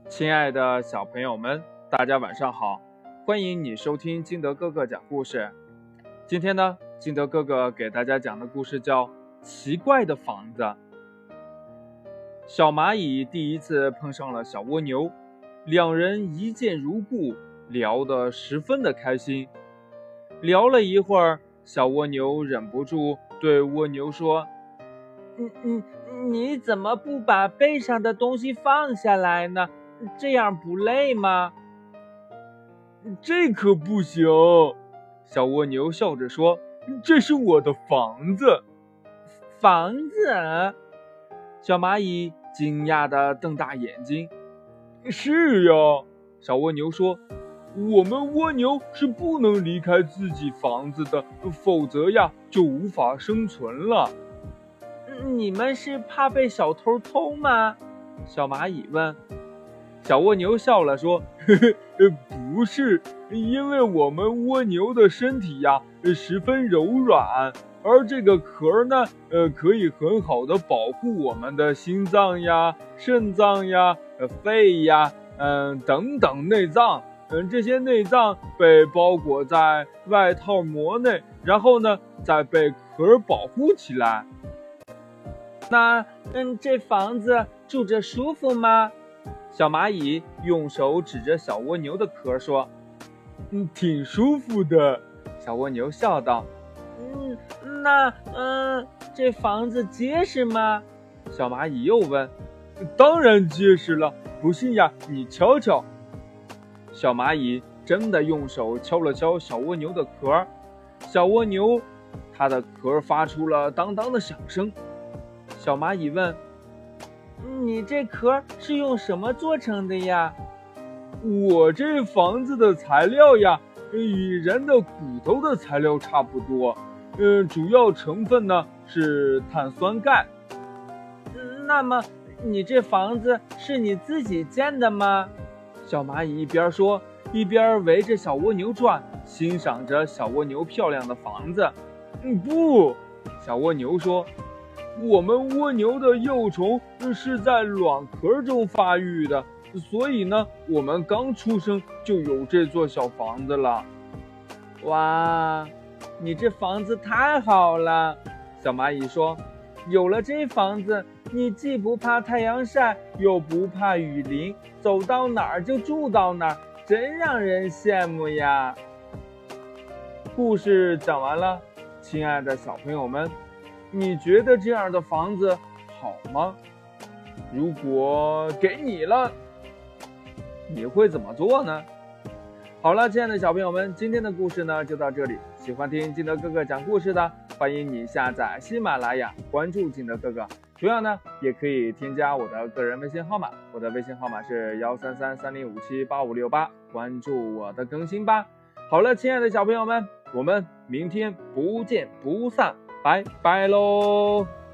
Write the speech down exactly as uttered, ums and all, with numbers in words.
亲爱的小朋友们，大家晚上好！欢迎你收听金德哥哥讲故事。今天呢，金德哥哥给大家讲的故事叫《奇怪的房子》。小蚂蚁第一次碰上了小蜗牛，两人一见如故，聊得十分的开心。聊了一会儿，小蜗牛忍不住对蜗牛说： 嗯嗯，你怎么不把背上的东西放下来呢？这样不累吗？ 这可不行，小蜗牛笑着说，这是我的房子。 房子？ 小蚂蚁惊讶地瞪大眼睛。是呀，小蜗牛说，我们蜗牛是不能离开自己房子的，否则呀就无法生存了。 你们是怕被小偷偷吗？ 小蚂蚁问。小蜗牛笑了说，呵呵，不是，因为我们蜗牛的身体呀十分柔软，而这个壳呢呃可以很好的保护我们的心脏呀、肾脏呀、肺呀嗯、呃、等等内脏。嗯，这些内脏被包裹在外套膜内，然后呢再被壳保护起来。 那嗯这房子住着舒服吗？ 小蚂蚁用手指着小蜗牛的壳说，嗯，挺舒服的。小蜗牛笑道。 嗯，那嗯这房子结实吗？ 小蚂蚁又问。当然结实了，不信呀你瞧瞧。小蚂蚁真的用手敲了敲小蜗牛的壳，小蜗牛它的壳发出了当当的响声。小蚂蚁问， 你这壳是用什么做成的呀？ 我这房子的材料呀与人的骨头的材料差不多，嗯，主要成分呢是碳酸钙。 那么你这房子是你自己建的吗？ 小蚂蚁一边说一边围着小蜗牛转，欣赏着小蜗牛漂亮的房子。嗯，不，小蜗牛说，我们蜗牛的幼虫是在卵壳中发育的，所以呢我们刚出生就有这座小房子了。 哇，你这房子太好了， 小蚂蚁说， 有了这房子，你既不怕太阳晒，又不怕雨淋，走到哪儿就住到哪儿，真让人羡慕呀。 故事讲完了，亲爱的小朋友们，你觉得这样的房子好吗？如果给你了，你会怎么做呢？好了，亲爱的小朋友们，今天的故事呢就到这里。喜欢听金德哥哥讲故事的，欢迎你下载喜马拉雅，关注金德哥哥。同样呢，也可以添加我的个人微信号码，我的微信号码是幺三三三零五七八五六八，关注我的更新吧。好了，亲爱的小朋友们，我们明天不见不散，拜拜喽。